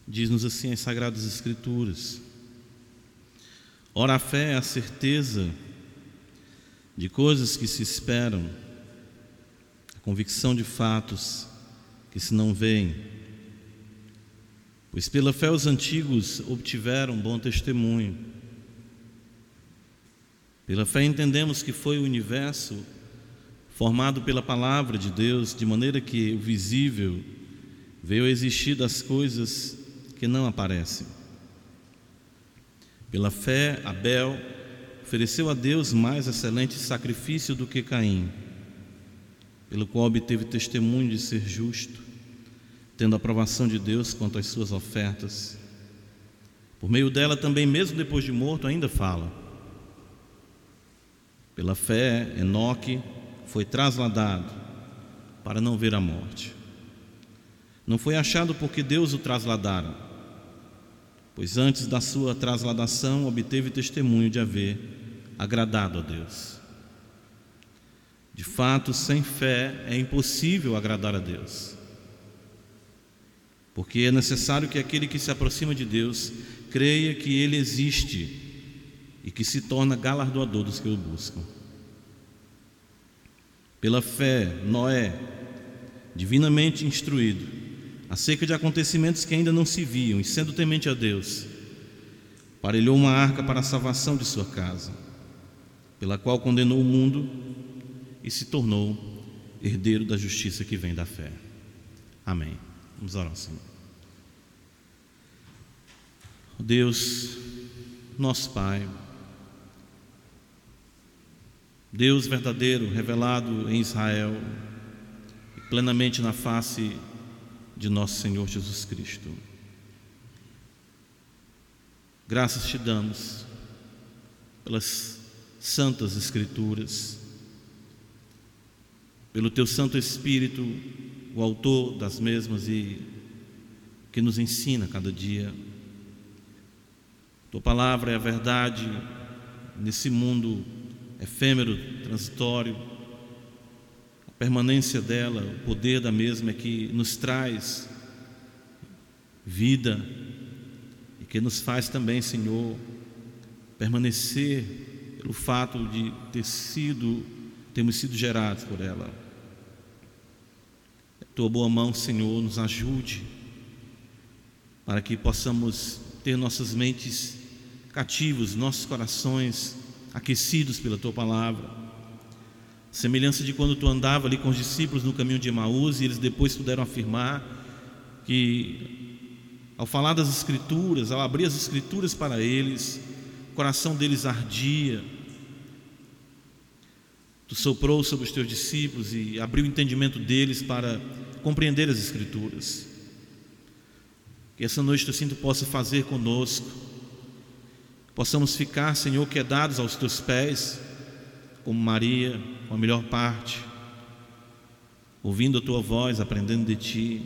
Diz-nos assim as Sagradas Escrituras: ora, a fé é a certeza de coisas que se esperam, a convicção de fatos que se não veem. Pois pela fé os antigos obtiveram bom testemunho. Pela fé entendemos que foi o universo formado pela palavra de Deus, de maneira que o visível veio a existir das coisas que não aparecem. Pela fé, Abel ofereceu a Deus mais excelente sacrifício do que Caim, pelo qual obteve testemunho de ser justo, tendo a aprovação de Deus quanto às suas ofertas. Por meio dela também, mesmo depois de morto, ainda fala. Pela fé, Enoque foi trasladado para não ver a morte. Não foi achado porque Deus o trasladara, pois antes da sua trasladação obteve testemunho de haver agradado a Deus. De fato, sem fé é impossível agradar a Deus, porque é necessário que aquele que se aproxima de Deus creia que Ele existe e que se torna galardoador dos que o buscam. Pela fé, Noé, divinamente instruído acerca de acontecimentos que ainda não se viam, e sendo temente a Deus, aparelhou uma arca para a salvação de sua casa, pela qual condenou o mundo e se tornou herdeiro da justiça que vem da fé. Amém. Vamos orar, Senhor. Deus, nosso Pai, Deus verdadeiro, revelado em Israel e plenamente na face de nosso Senhor Jesus Cristo, graças te damos pelas santas Escrituras, pelo teu Santo Espírito, o autor das mesmas e que nos ensina cada dia. Tua palavra é a verdade nesse mundo efêmero, transitório. A permanência dela, o poder da mesma é que nos traz vida e que nos faz também, Senhor, permanecer pelo fato de termos sido gerados por ela. Tua boa mão, Senhor, nos ajude para que possamos ter nossas mentes cativos, nossos corações aquecidos pela Tua palavra, semelhança de quando Tu andava ali com os discípulos no caminho de Emaús, e eles depois puderam afirmar que, ao falar das Escrituras, ao abrir as Escrituras para eles, o coração deles ardia. Tu soprou sobre os Teus discípulos e abriu o entendimento deles para compreender as Escrituras. Que essa noite Tu assim possa fazer conosco, possamos ficar, Senhor, quedados aos Teus pés, como Maria, com a melhor parte, ouvindo a Tua voz, aprendendo de Ti,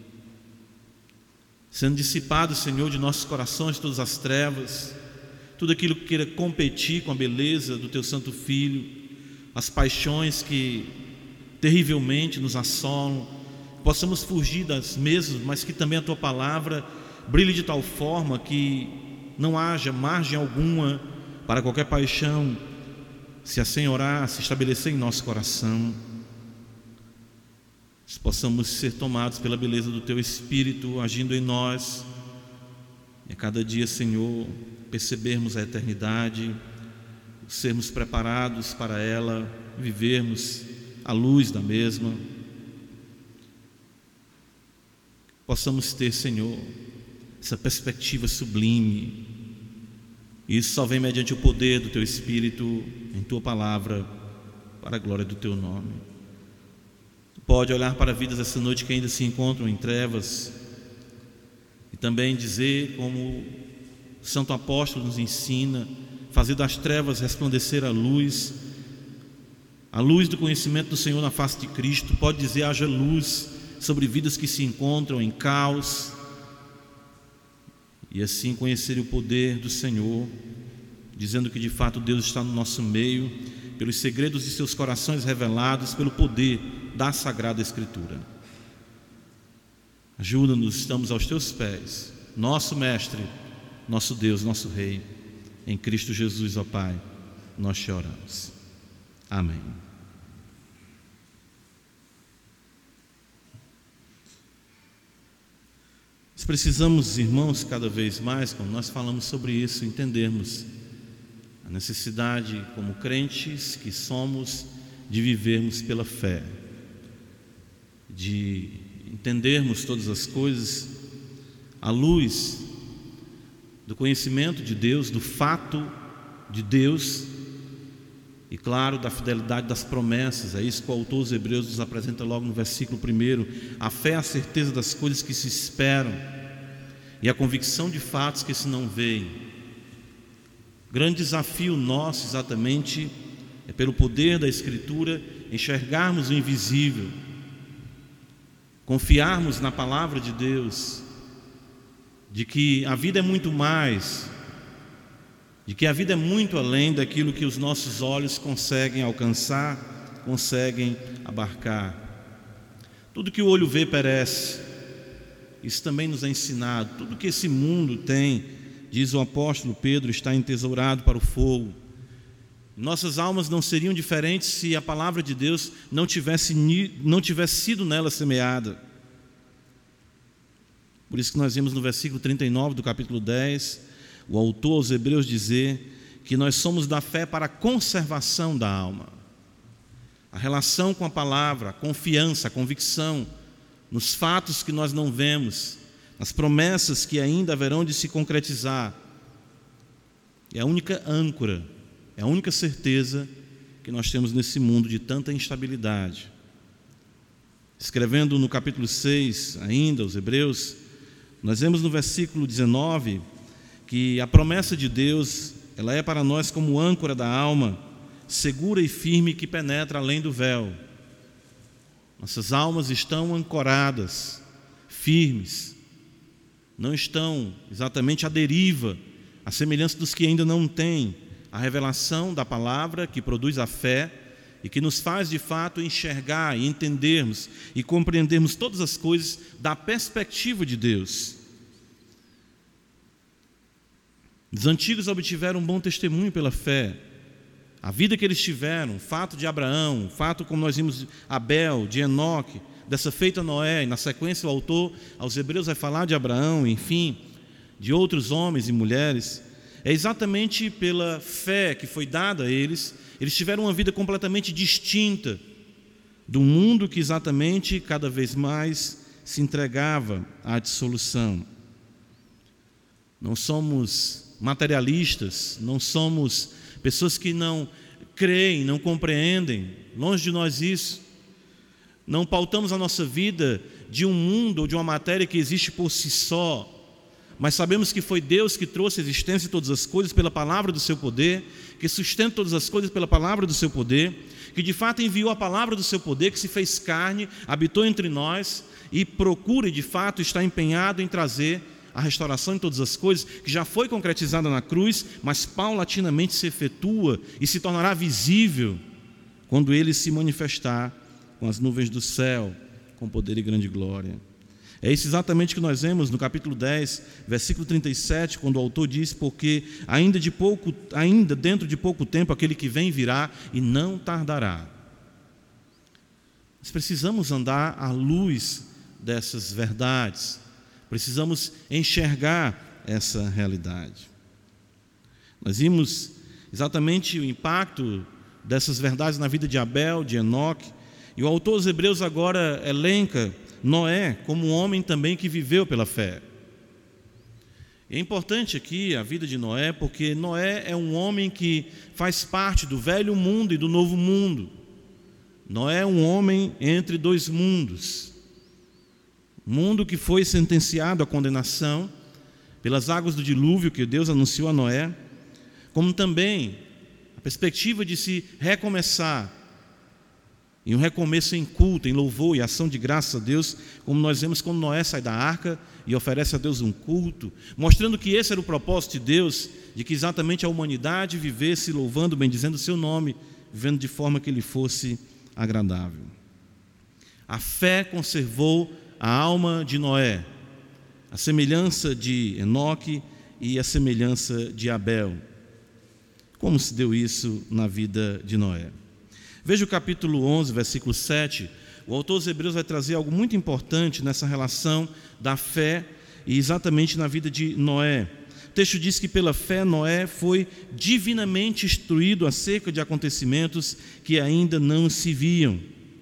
sendo dissipado, Senhor, de nossos corações todas as trevas, tudo aquilo que queira competir com a beleza do Teu Santo Filho, as paixões que terrivelmente nos assolam, possamos fugir das mesmas, mas que também a Tua palavra brilhe de tal forma que não haja margem alguma para qualquer paixão se assenhorar, se estabelecer em nosso coração. Que possamos ser tomados pela beleza do Teu Espírito agindo em nós, e a cada dia, Senhor, percebermos a eternidade, sermos preparados para ela, vivermos à luz da mesma. Possamos ter, Senhor, essa perspectiva sublime. Isso só vem mediante o poder do Teu Espírito em Tua palavra, para a glória do Teu nome. Tu pode olhar para vidas essa noite que ainda se encontram em trevas e também dizer, como o Santo Apóstolo nos ensina, fazer das trevas resplandecer a luz do conhecimento do Senhor na face de Cristo. Pode dizer, haja luz sobre vidas que se encontram em caos, e assim conhecer o poder do Senhor, dizendo que de fato Deus está no nosso meio, pelos segredos de seus corações revelados, pelo poder da Sagrada Escritura. Ajuda-nos, estamos aos Teus pés, nosso Mestre, nosso Deus, nosso Rei, em Cristo Jesus, ó Pai, nós te oramos. Amém. Nós precisamos, irmãos, cada vez mais, quando nós falamos sobre isso, entendermos a necessidade, como crentes que somos, de vivermos pela fé, de entendermos todas as coisas à luz do conhecimento de Deus, do fato de Deus e, claro, da fidelidade das promessas. É isso que o autor dos Hebreus nos apresenta logo no versículo 1. A fé é a certeza das coisas que se esperam e a convicção de fatos que se não veem. Grande desafio nosso, exatamente, é pelo poder da Escritura enxergarmos o invisível, confiarmos na palavra de Deus, de que a vida é muito mais, de que a vida é muito além daquilo que os nossos olhos conseguem alcançar, conseguem abarcar. Tudo que o olho vê perece. Isso também nos é ensinado. Tudo que esse mundo tem, diz o apóstolo Pedro, está entesourado para o fogo. Nossas almas não seriam diferentes se a palavra de Deus não tivesse sido nela semeada. Por isso que nós vimos no versículo 39 do capítulo 10, o autor aos Hebreus dizer que nós somos da fé para a conservação da alma. A relação com a palavra, a confiança, a convicção nos fatos que nós não vemos, nas promessas que ainda haverão de se concretizar, é a única âncora, é a única certeza que nós temos nesse mundo de tanta instabilidade. Escrevendo no capítulo 6 ainda, os Hebreus, nós vemos no versículo 19 que a promessa de Deus, ela é para nós como âncora da alma, segura e firme, que penetra além do véu. Nossas almas estão ancoradas, firmes, não estão exatamente à deriva, à semelhança dos que ainda não têm a revelação da palavra que produz a fé e que nos faz de fato enxergar e entendermos e compreendermos todas as coisas da perspectiva de Deus. Os antigos obtiveram um bom testemunho pela fé. A vida que eles tiveram, o fato de Abraão, o fato como nós vimos de Abel, de Enoque, dessa feita Noé, e na sequência o autor aos Hebreus vai falar de Abraão, enfim, de outros homens e mulheres. É exatamente pela fé que foi dada a eles, eles tiveram uma vida completamente distinta do mundo que exatamente cada vez mais se entregava à dissolução. Não somos materialistas, não somos pessoas que não creem, não compreendem, longe de nós isso. Não pautamos a nossa vida de um mundo ou de uma matéria que existe por si só, mas sabemos que foi Deus que trouxe a existência de todas as coisas pela palavra do seu poder, que sustenta todas as coisas pela palavra do seu poder, que de fato enviou a palavra do seu poder, que se fez carne, habitou entre nós e procura e de fato está empenhado em trazer a restauração de todas as coisas, que já foi concretizada na cruz, mas paulatinamente se efetua e se tornará visível quando Ele se manifestar com as nuvens do céu, com poder e grande glória. É isso exatamente que nós vemos no capítulo 10, versículo 37, quando o autor diz: porque ainda dentro de pouco tempo aquele que vem virá e não tardará. Nós precisamos andar à luz dessas verdades. Precisamos enxergar essa realidade. Nós vimos exatamente o impacto dessas verdades na vida de Abel, de Enoque, e o autor dos Hebreus agora elenca Noé como um homem também que viveu pela fé. É importante aqui a vida de Noé, porque Noé é um homem que faz parte do velho mundo e do novo mundo. Noé é um homem entre dois mundos. Mundo que foi sentenciado à condenação pelas águas do dilúvio que Deus anunciou a Noé, como também a perspectiva de se recomeçar, em um recomeço em culto, em louvor e ação de graça a Deus, como nós vemos quando Noé sai da arca e oferece a Deus um culto, mostrando que esse era o propósito de Deus, de que exatamente a humanidade vivesse louvando, bendizendo o seu nome, vivendo de forma que lhe fosse agradável. A fé conservou a alma de Noé, a semelhança de Enoque e a semelhança de Abel. Como se deu isso na vida de Noé? Veja o capítulo 11, versículo 7. O autor dos Hebreus vai trazer algo muito importante nessa relação da fé e exatamente na vida de Noé. O texto diz que pela fé Noé foi divinamente instruído acerca de acontecimentos que ainda não se viam.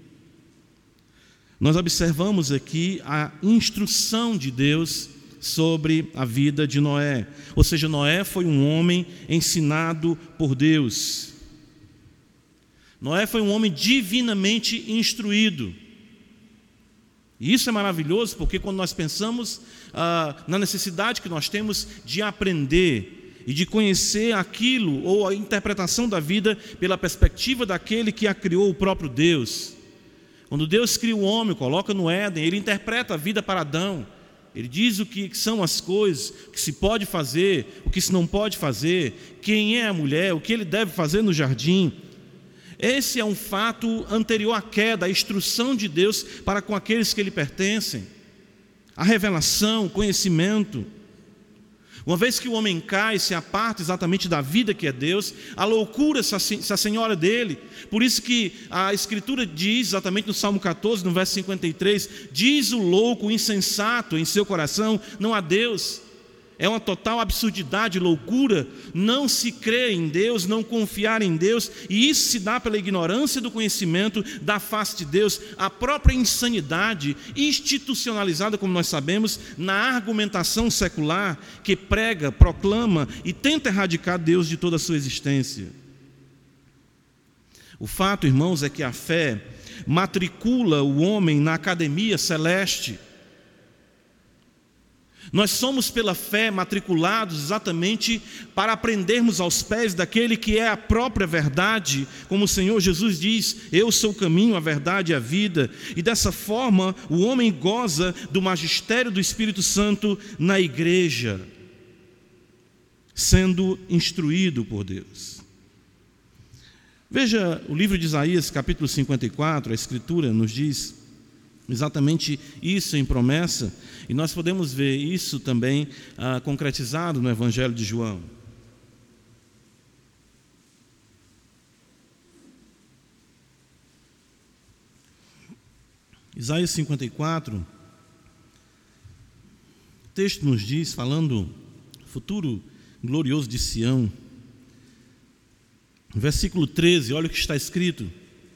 Nós observamos aqui a instrução de Deus sobre a vida de Noé. Ou seja, Noé foi um homem ensinado por Deus. Noé foi um homem divinamente instruído. E isso é maravilhoso, porque quando nós pensamos na necessidade que nós temos de aprender e de conhecer aquilo, ou a interpretação da vida pela perspectiva daquele que a criou, o próprio Deus. Quando Deus cria o homem, coloca no Éden, Ele interpreta a vida para Adão. Ele diz o que são as coisas, o que se pode fazer, o que se não pode fazer, quem é a mulher, o que ele deve fazer no jardim. Esse é um fato anterior à queda, a instrução de Deus para com aqueles que lhe pertencem, a revelação, o conhecimento. Uma vez que o homem cai, se aparta exatamente da vida que é Deus, a loucura se assenhora dele. Por isso que a Escritura diz, exatamente no Salmo 14, no verso 53, diz o louco, o insensato em seu coração, não há Deus. É uma total absurdidade, loucura, não se crer em Deus, não confiar em Deus, e isso se dá pela ignorância do conhecimento da face de Deus, a própria insanidade institucionalizada, como nós sabemos, na argumentação secular que prega, proclama e tenta erradicar Deus de toda a sua existência. O fato, irmãos, é que a fé matricula o homem na academia celeste. Nós somos pela fé matriculados exatamente para aprendermos aos pés daquele que é a própria verdade, como o Senhor Jesus diz, eu sou o caminho, a verdade e a vida, e dessa forma o homem goza do magistério do Espírito Santo na igreja, sendo instruído por Deus. Veja o livro de Isaías, capítulo 54, a Escritura nos diz exatamente isso em promessa, e nós podemos ver isso também concretizado no Evangelho de João. Isaías 54, o texto nos diz, falando do futuro glorioso de Sião, versículo 13, olha o que está escrito: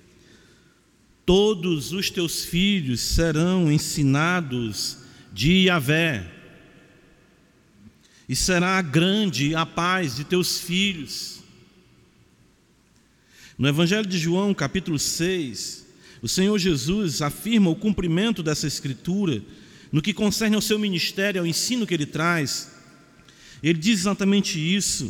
todos os teus filhos serão ensinados de Yahvé, e será grande a paz de teus filhos. No Evangelho de João, capítulo 6, o Senhor Jesus afirma o cumprimento dessa escritura no que concerne ao seu ministério, ao ensino que ele traz. Ele diz exatamente isso.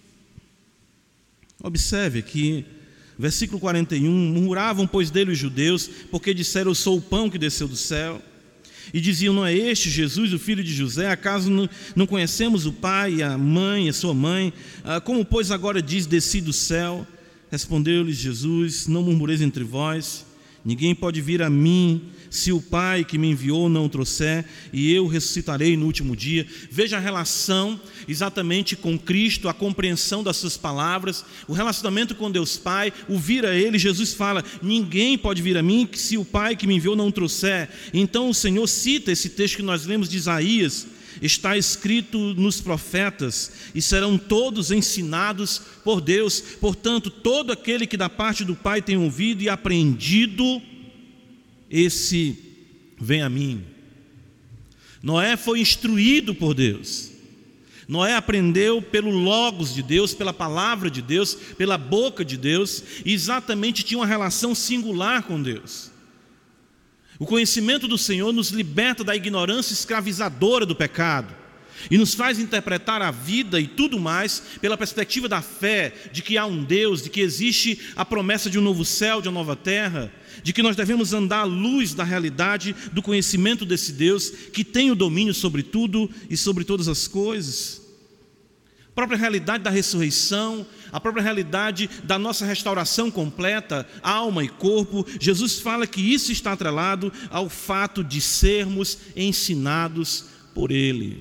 Observe aqui, versículo 41, murmuravam, pois, dele os judeus, porque disseram, eu sou o pão que desceu do céu. E diziam, não é este Jesus, o filho de José? Acaso não conhecemos o pai, a mãe, a sua mãe? Como, pois, agora diz, desci do céu? Respondeu-lhes Jesus, não murmureis entre vós. Ninguém pode vir a mim, se o Pai que me enviou não o trouxer, e eu ressuscitarei no último dia. Veja a relação exatamente com Cristo, a compreensão das suas palavras, o relacionamento com Deus Pai, o vir a Ele. Jesus fala, ninguém pode vir a mim, se o Pai que me enviou não o trouxer. Então o Senhor cita esse texto que nós lemos de Isaías, está escrito nos profetas, e serão todos ensinados por Deus. Portanto, todo aquele que da parte do Pai tem ouvido e aprendido, esse vem a mim. Noé foi instruído por Deus. Noé aprendeu pelo Logos de Deus, pela palavra de Deus, pela boca de Deus, e exatamente tinha uma relação singular com Deus. O conhecimento do Senhor nos liberta da ignorância escravizadora do pecado e nos faz interpretar a vida e tudo mais pela perspectiva da fé, de que há um Deus, de que existe a promessa de um novo céu, de uma nova terra, de que nós devemos andar à luz da realidade do conhecimento desse Deus que tem o domínio sobre tudo e sobre todas as coisas. A própria realidade da ressurreição, a própria realidade da nossa restauração completa, alma e corpo. Jesus fala que isso está atrelado ao fato de sermos ensinados por Ele.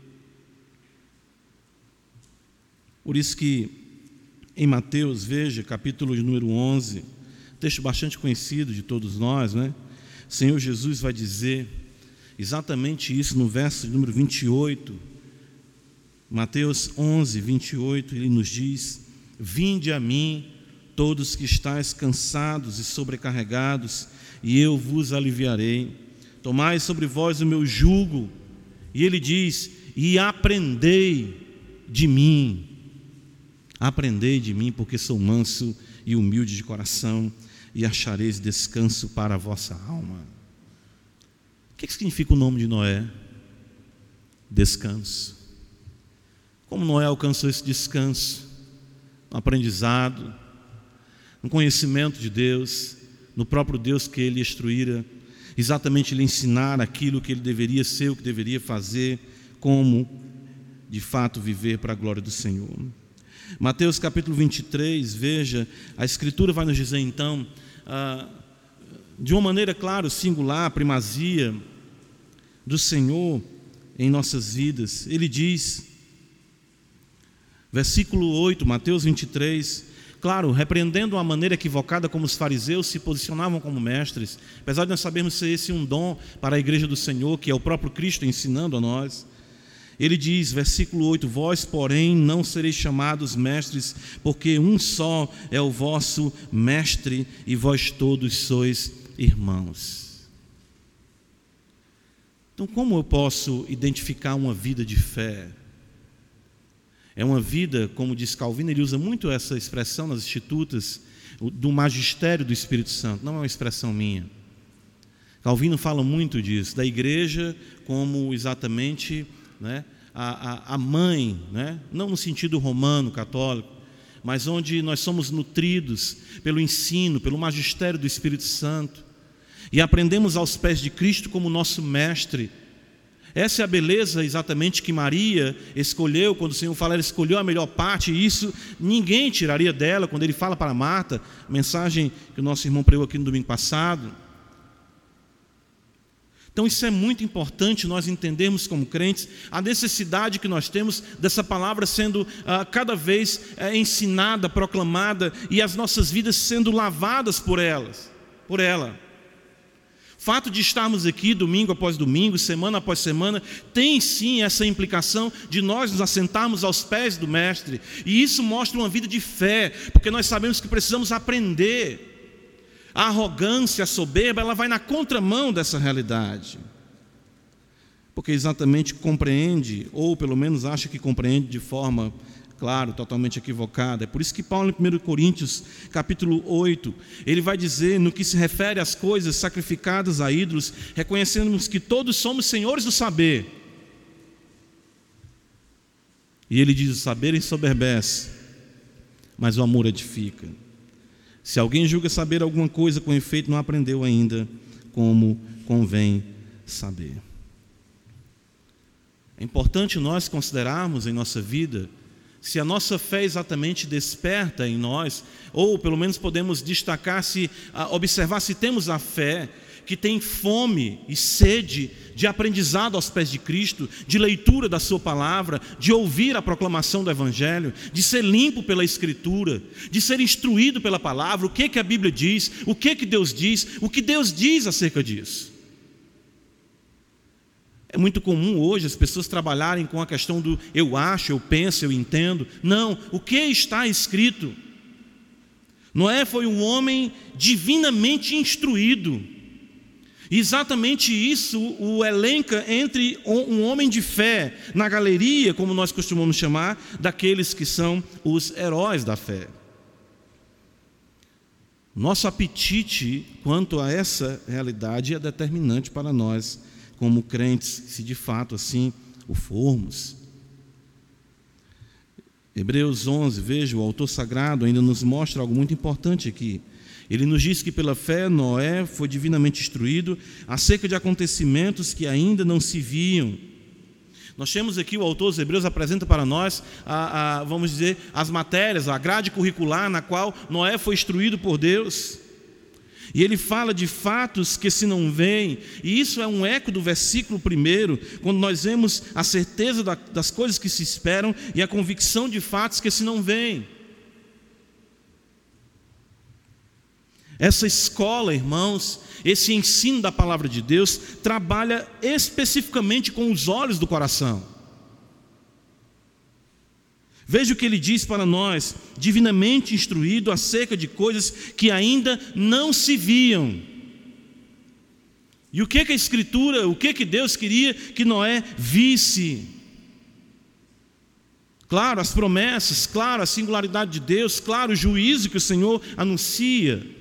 Por isso que em Mateus, veja, capítulo de número 11, texto bastante conhecido de todos nós, né? O Senhor Jesus vai dizer exatamente isso no verso de número 28. Mateus 11, 28, Ele nos diz: vinde a mim, todos que estáis cansados e sobrecarregados, e eu vos aliviarei. Tomai sobre vós o meu jugo. E Ele diz: e aprendei de mim. Aprendei de mim, porque sou manso e humilde de coração, e achareis descanso para a vossa alma. O que significa o nome de Noé? Descanso. Como Noé alcançou esse descanso? No aprendizado, no conhecimento de Deus, no próprio Deus que ele instruíra, exatamente lhe ensinar aquilo que ele deveria ser, o que deveria fazer, como de fato viver para a glória do Senhor. Mateus capítulo 23, veja, a Escritura vai nos dizer então, de uma maneira, claro, singular, a primazia do Senhor em nossas vidas. Ele diz, versículo 8, Mateus 23, claro, repreendendo a maneira equivocada como os fariseus se posicionavam como mestres, apesar de nós sabermos ser esse um dom para a igreja do Senhor, que é o próprio Cristo ensinando a nós. Ele diz, versículo 8, vós, porém, não sereis chamados mestres, porque um só é o vosso mestre, e vós todos sois irmãos. Então, como eu posso identificar uma vida de fé? É uma vida, como diz Calvino, ele usa muito essa expressão nas Institutas, do magistério do Espírito Santo, não é uma expressão minha. Calvino fala muito disso, da igreja como exatamente, né, a mãe, né, não no sentido romano, católico, mas onde nós somos nutridos pelo ensino, pelo magistério do Espírito Santo, e aprendemos aos pés de Cristo como nosso mestre. Essa é a beleza exatamente que Maria escolheu, quando o Senhor fala, ela escolheu a melhor parte, e isso ninguém tiraria dela, quando ele fala para Marta, a mensagem que o nosso irmão pregou aqui no domingo passado. Então isso é muito importante nós entendermos como crentes, a necessidade que nós temos dessa palavra sendo cada vez ensinada, proclamada, e as nossas vidas sendo lavadas por ela. O fato de estarmos aqui domingo após domingo, semana após semana, tem sim essa implicação de nós nos assentarmos aos pés do Mestre, e isso mostra uma vida de fé, porque nós sabemos que precisamos aprender. A arrogância, a soberba, ela vai na contramão dessa realidade, porque exatamente compreende, ou pelo menos acha que compreende de forma, claro, totalmente equivocada. É por isso que Paulo, em 1 Coríntios, capítulo 8, ele vai dizer, no que se refere às coisas sacrificadas a ídolos, reconhecemos que todos somos senhores do saber. E ele diz, o saber ensoberbece, mas o amor edifica. Se alguém julga saber alguma coisa, com efeito não aprendeu ainda como convém saber. É importante nós considerarmos em nossa vida se a nossa fé exatamente desperta em nós, ou pelo menos podemos destacar, observar se temos a fé que tem fome e sede de aprendizado aos pés de Cristo, de leitura da sua palavra, de ouvir a proclamação do Evangelho, de ser limpo pela Escritura, de ser instruído pela palavra, o que a Bíblia diz, o que Deus diz, o que Deus diz acerca disso. É muito comum hoje as pessoas trabalharem com a questão do eu acho, eu penso, eu entendo. Não, o que está escrito? Noé foi um homem divinamente instruído. Exatamente isso o elenca entre um homem de fé na galeria, como nós costumamos chamar, daqueles que são os heróis da fé. Nosso apetite quanto a essa realidade é determinante para nós, como crentes, se de fato assim o formos. Hebreus 11, veja, o autor sagrado ainda nos mostra algo muito importante aqui. Ele nos diz que pela fé Noé foi divinamente instruído acerca de acontecimentos que ainda não se viam. Nós temos aqui, o autor dos Hebreus apresenta para nós, vamos dizer, as matérias, a grade curricular na qual Noé foi instruído por Deus. E ele fala de fatos que se não veem, e isso é um eco do versículo 1, quando nós vemos a certeza das coisas que se esperam e a convicção de fatos que se não veem. Essa escola, irmãos, esse ensino da palavra de Deus, trabalha especificamente com os olhos do coração. Veja o que ele diz para nós, divinamente instruído acerca de coisas que ainda não se viam. E o que a Escritura, o que Deus queria que Noé visse? Claro, as promessas, claro, a singularidade de Deus, claro, o juízo que o Senhor anuncia.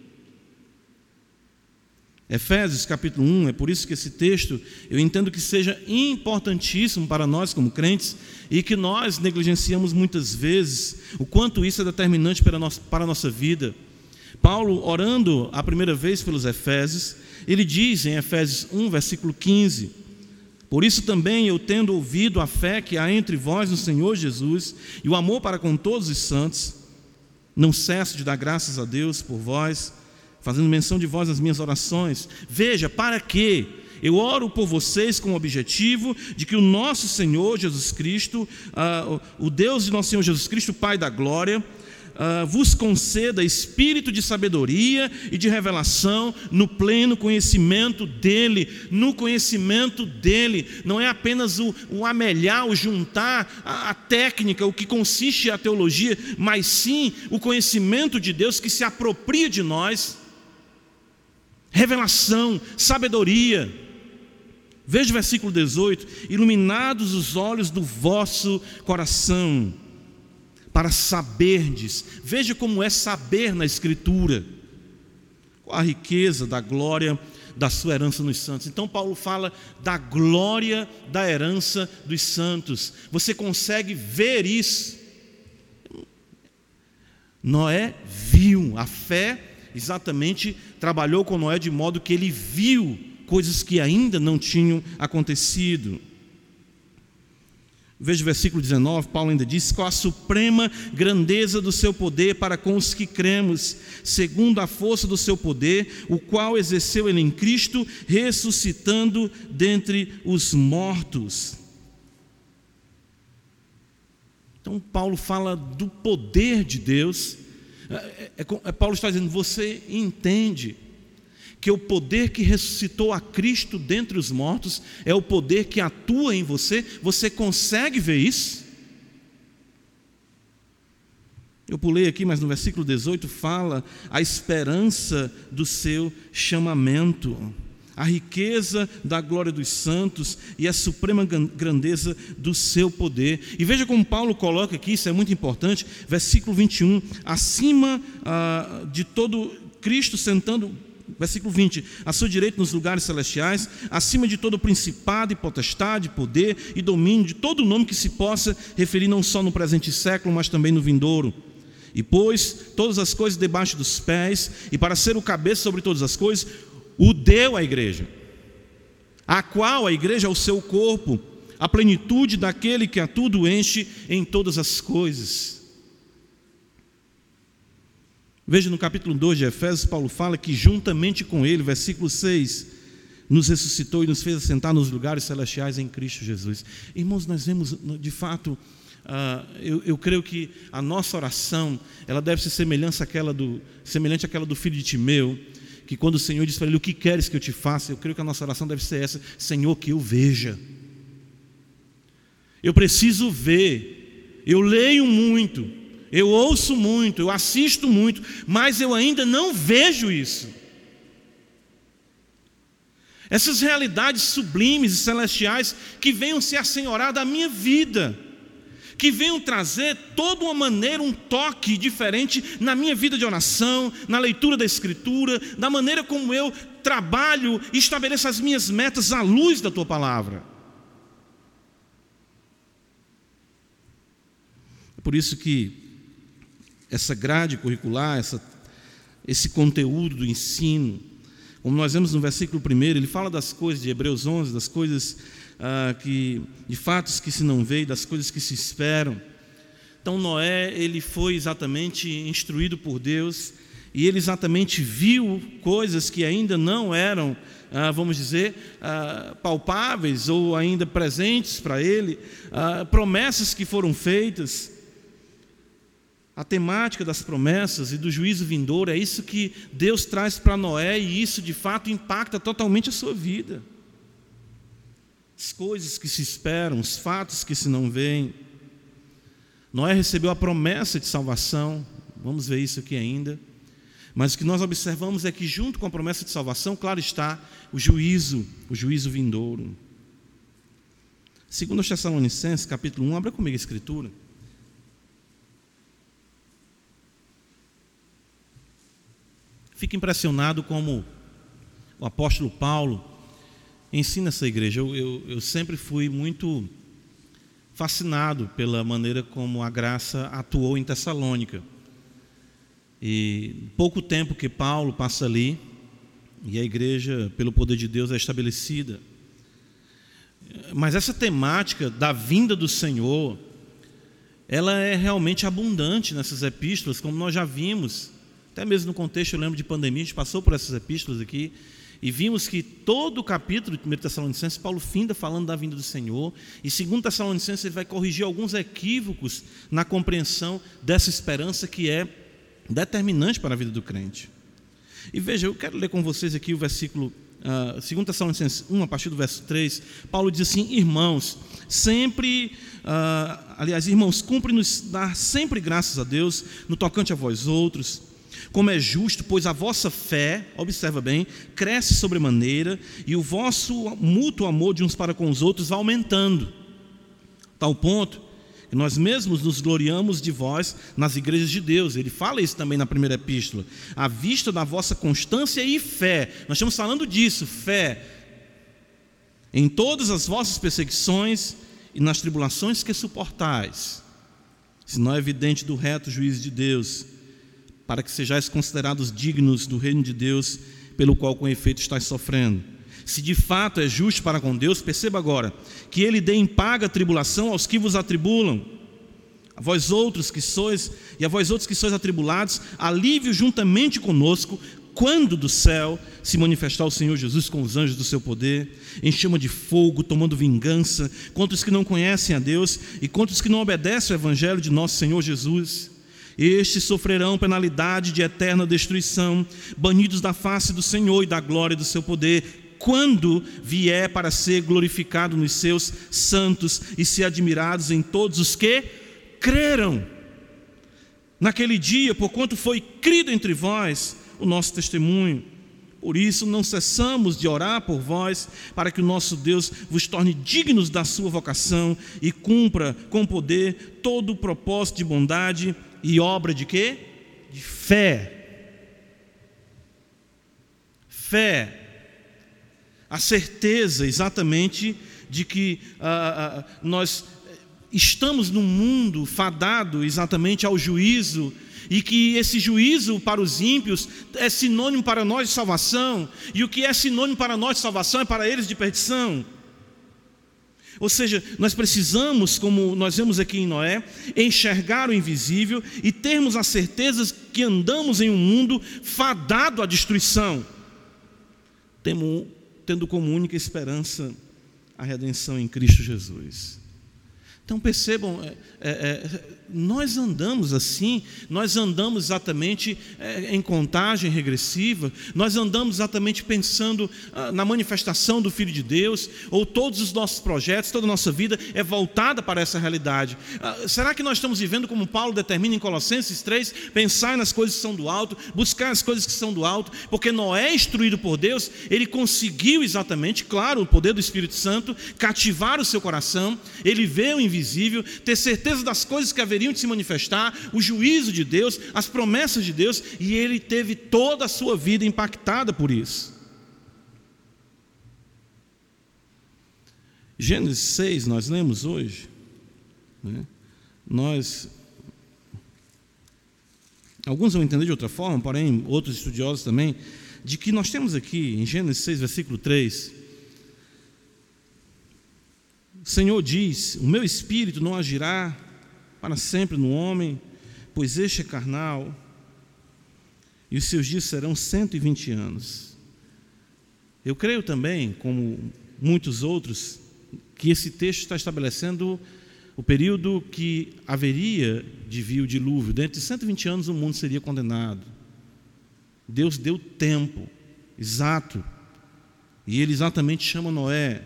Efésios capítulo 1, é por isso que esse texto, eu entendo que seja importantíssimo para nós como crentes, e que nós negligenciamos muitas vezes, o quanto isso é determinante para a nossa vida. Paulo, orando a primeira vez pelos Efésios, ele diz em Efésios 1, versículo 15: por isso também eu, tendo ouvido a fé que há entre vós no Senhor Jesus, e o amor para com todos os santos, não cesso de dar graças a Deus por vós, fazendo menção de vós nas minhas orações. Veja, para quê? Eu oro por vocês com o objetivo de que o nosso Senhor Jesus Cristo, o Deus de nosso Senhor Jesus Cristo, Pai da glória, vos conceda espírito de sabedoria e de revelação no pleno conhecimento dEle. No conhecimento dEle, não é apenas o amelhar, o juntar a técnica, o que consiste a teologia, mas sim o conhecimento de Deus que se apropria de nós. Revelação, sabedoria. Veja o versículo 18: iluminados os olhos do vosso coração, para saberdes. Veja como é saber na Escritura, qual a riqueza da glória da sua herança nos santos. Então Paulo fala da glória da herança dos santos. Você consegue ver isso? Noé viu. A fé exatamente trabalhou com Noé de modo que ele viu coisas que ainda não tinham acontecido. Veja o versículo 19, Paulo ainda diz: qual a suprema grandeza do seu poder para com os que cremos, segundo a força do seu poder, o qual exerceu ele em Cristo, ressuscitando dentre os mortos. Então Paulo fala do poder de Deus. Paulo está dizendo: você entende que o poder que ressuscitou a Cristo dentre os mortos é o poder que atua em você? Você consegue ver isso? Eu pulei aqui, mas no versículo 18 fala a esperança do seu chamamento, a riqueza da glória dos santos e a suprema grandeza do seu poder. E veja como Paulo coloca aqui, isso é muito importante, versículo 21, acima de todo Cristo sentando, versículo 20, à sua direita nos lugares celestiais, acima de todo principado e potestade, poder e domínio, de todo nome que se possa referir não só no presente século, mas também no vindouro. E pôs todas as coisas debaixo dos pés, e para ser o cabeça sobre todas as coisas, o deu à igreja, a qual a igreja é o seu corpo, a plenitude daquele que a tudo enche em todas as coisas. Veja no capítulo 2 de Efésios, Paulo fala que juntamente com ele, versículo 6, nos ressuscitou e nos fez assentar nos lugares celestiais em Cristo Jesus. Irmãos, nós vemos de fato, eu creio que a nossa oração, ela deve ser semelhante àquela do filho de Timeu, que quando o Senhor diz para ele: o que queres que eu te faça? Eu creio que a nossa oração deve ser essa: Senhor, que eu veja. Eu preciso ver. Eu leio muito, eu ouço muito, eu assisto muito, mas eu ainda não vejo isso. Essas realidades sublimes e celestiais que venham se assenhorar da minha vida, que venham trazer toda uma maneira, um toque diferente na minha vida de oração, na leitura da Escritura, da maneira como eu trabalho e estabeleço as minhas metas à luz da Tua Palavra. É por isso que essa grade curricular, esse conteúdo do ensino, como nós vemos no versículo 1, ele fala das coisas de Hebreus 11, das coisas de fatos que se não veem, das coisas que se esperam. Então Noé, ele foi exatamente instruído por Deus, e ele exatamente viu coisas que ainda não eram, vamos dizer, palpáveis ou ainda presentes para ele, promessas que foram feitas. A temática das promessas e do juízo vindouro é isso que Deus traz para Noé, e isso de fato impacta totalmente a sua vida. As coisas que se esperam, os fatos que se não veem. Noé recebeu a promessa de salvação, vamos ver isso aqui ainda. Mas o que nós observamos é que junto com a promessa de salvação, claro está, o juízo vindouro. 2 Tessalonicenses, capítulo 1, abra comigo a Escritura. Fico impressionado como o apóstolo Paulo ensina essa igreja. Eu sempre fui muito fascinado pela maneira como a graça atuou em Tessalônica. E pouco tempo que Paulo passa ali, e a igreja, pelo poder de Deus, é estabelecida. Mas essa temática da vinda do Senhor, ela é realmente abundante nessas epístolas, como nós já vimos. Até mesmo no contexto, eu lembro de pandemia, a gente passou por essas epístolas aqui, e vimos que todo o capítulo de 1 Tessalonicenses, Paulo finda falando da vinda do Senhor, e 2 Tessalonicenses ele vai corrigir alguns equívocos na compreensão dessa esperança que é determinante para a vida do crente. E veja, eu quero ler com vocês aqui o versículo 2 Tessalonicenses 1, a partir do verso 3, Paulo diz assim: irmãos, irmãos, cumpre-nos dar sempre graças a Deus no tocante a vós outros, como é justo, pois a vossa fé, observa bem, cresce sobremaneira, e o vosso mútuo amor de uns para com os outros vai aumentando, tal ponto que nós mesmos nos gloriamos de vós nas igrejas de Deus. Ele fala isso também na primeira epístola, à vista da vossa constância e fé. Nós estamos falando disso, fé, em todas as vossas perseguições e nas tribulações que suportais, se não é evidente do reto juízo de Deus, para que sejais considerados dignos do reino de Deus, pelo qual com efeito estáis sofrendo. Se de fato é justo para com Deus, perceba agora, que Ele dê em paga a tribulação aos que vos atribulam, a vós outros que sois atribulados, alívio juntamente conosco, quando do céu se manifestar o Senhor Jesus com os anjos do seu poder, em chama de fogo, tomando vingança contra os que não conhecem a Deus e contra os que não obedecem ao evangelho de nosso Senhor Jesus. Estes sofrerão penalidade de eterna destruição, banidos da face do Senhor e da glória do seu poder, quando vier para ser glorificado nos seus santos e ser admirados em todos os que creram. Naquele dia, porquanto foi crido entre vós o nosso testemunho. Por isso não cessamos de orar por vós, para que o nosso Deus vos torne dignos da sua vocação e cumpra com poder todo o propósito de bondade e obra de quê? De fé. Fé. A certeza exatamente de que nós estamos num mundo fadado exatamente ao juízo, e que esse juízo para os ímpios é sinônimo para nós de salvação, e o que é sinônimo para nós de salvação é para eles de perdição. Ou seja, nós precisamos, como nós vemos aqui em Noé, enxergar o invisível e termos a certeza que andamos em um mundo fadado à destruição, tendo como única esperança a redenção em Cristo Jesus. Então percebam, nós andamos assim, nós andamos exatamente em contagem regressiva, nós andamos exatamente pensando na manifestação do Filho de Deus, ou todos os nossos projetos, toda a nossa vida é voltada para essa realidade. Será que nós estamos vivendo como Paulo determina em Colossenses 3, pensar nas coisas que são do alto, buscar as coisas que são do alto, porque Noé, instruído por Deus, ele conseguiu exatamente, claro, o poder do Espírito Santo, cativar o seu coração, ele vê o invisível, ter certeza das coisas que haveriam de se manifestar, o juízo de Deus, as promessas de Deus, e ele teve toda a sua vida impactada por isso. Gênesis 6, nós lemos hoje, né? Alguns vão entender de outra forma, porém outros estudiosos também, de que nós temos aqui em Gênesis 6, versículo 3, o Senhor diz: o meu espírito não agirá para sempre no homem, pois este é carnal. e os seus dias serão 120 anos. Eu creio também, como muitos outros, que esse texto está estabelecendo o período que haveria de vir o dilúvio. Dentro de 120 anos o mundo seria condenado. Deus deu tempo exato, e Ele exatamente chama Noé.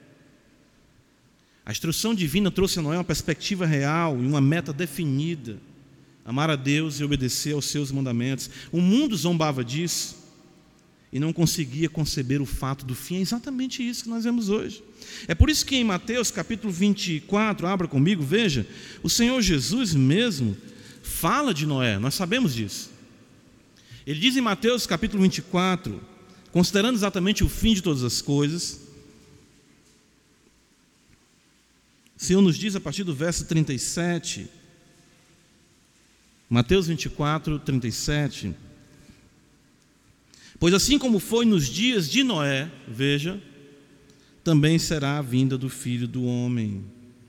A instrução divina trouxe a Noé uma perspectiva real e uma meta definida: amar a Deus e obedecer aos seus mandamentos. O mundo zombava disso e não conseguia conceber o fato do fim. É exatamente isso que nós vemos hoje. É por isso que em Mateus capítulo 24, abra comigo, veja, o Senhor Jesus mesmo fala de Noé, nós sabemos disso. Ele diz em Mateus capítulo 24, considerando exatamente o fim de todas as coisas, o Senhor nos diz a partir do verso 37, Mateus 24, 37, pois assim como foi nos dias de Noé, veja, também será a vinda do Filho do Homem.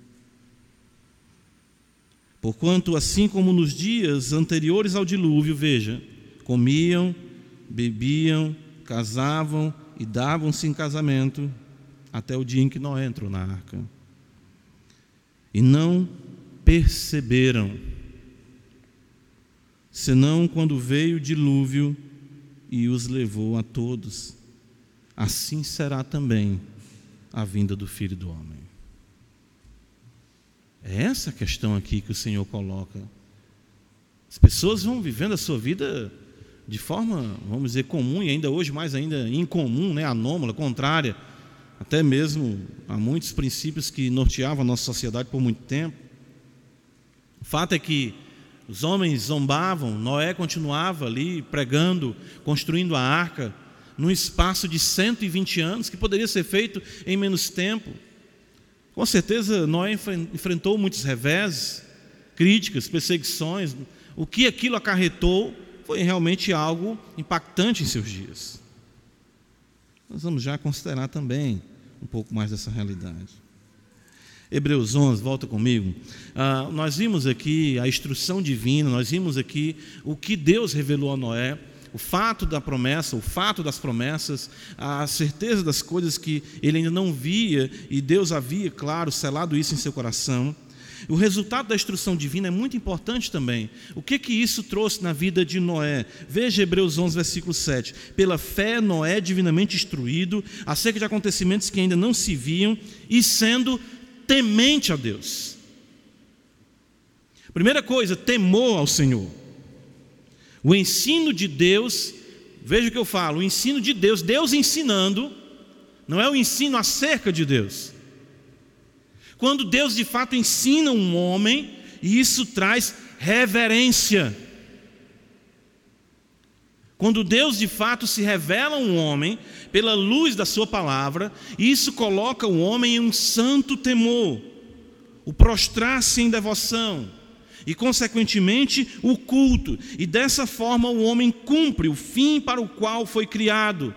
Porquanto assim como nos dias anteriores ao dilúvio, veja, comiam, bebiam, casavam e davam-se em casamento, até o dia em que Noé entrou na arca. E não perceberam, senão quando veio o dilúvio e os levou a todos. Assim será também a vinda do Filho do Homem. É essa a questão aqui que o Senhor coloca. As pessoas vão vivendo a sua vida de forma, vamos dizer, comum, e ainda hoje mais ainda incomum, anômala, contrária, até mesmo a muitos princípios que norteavam a nossa sociedade por muito tempo. O fato é que os homens zombavam, Noé continuava ali pregando, construindo a arca, num espaço de 120 anos, que poderia ser feito em menos tempo. Com certeza Noé enfrentou muitos reveses, críticas, perseguições. O que aquilo acarretou foi realmente algo impactante em seus dias. Nós vamos já considerar também um pouco mais dessa realidade. Hebreus 11, volta comigo. Nós vimos aqui a instrução divina, nós vimos aqui o que Deus revelou a Noé, o fato da promessa, o fato das promessas, a certeza das coisas que ele ainda não via, e Deus havia, claro, selado isso em seu coração. O resultado da instrução divina é muito importante também. O que isso trouxe na vida de Noé? Veja Hebreus 11, versículo 7. Pela fé, Noé, divinamente instruído, acerca de acontecimentos que ainda não se viam, e sendo temente a Deus. Primeira coisa, temor ao Senhor. O ensino de Deus, veja o que eu falo, o ensino de Deus, Deus ensinando, não é o ensino acerca de Deus. Quando Deus de fato ensina um homem, isso traz reverência. Quando Deus de fato se revela a um homem, pela luz da sua palavra, isso coloca o homem em um santo temor, o prostrar-se em devoção, e consequentemente o culto, e dessa forma o homem cumpre o fim para o qual foi criado.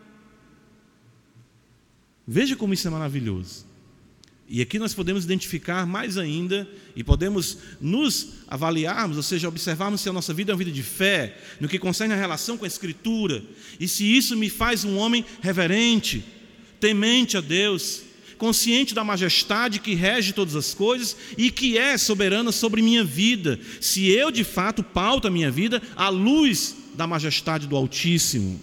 Veja como isso é maravilhoso. E aqui nós podemos identificar mais ainda, e podemos nos avaliarmos, ou seja, observarmos se a nossa vida é uma vida de fé, no que concerne a relação com a Escritura, e se isso me faz um homem reverente, temente a Deus, consciente da majestade que rege todas as coisas e que é soberana sobre minha vida, se eu de fato pauto a minha vida à luz da majestade do Altíssimo.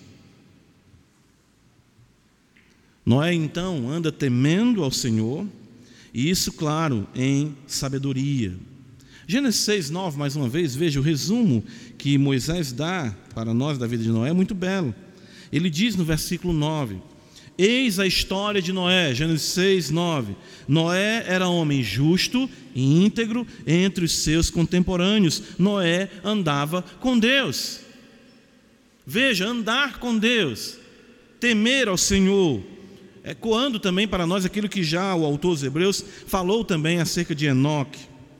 Noé então anda temendo ao Senhor, e isso, claro, em sabedoria. Gênesis 6, 9, mais uma vez, veja o resumo que Moisés dá para nós da vida de Noé, é muito belo. Ele diz no versículo 9: eis a história de Noé, Gênesis 6, 9. Noé era homem justo e íntegro entre os seus contemporâneos. Noé andava com Deus. Veja, andar com Deus, temer ao Senhor, ecoando também para nós aquilo que já o autor dos Hebreus falou também acerca de Enoque.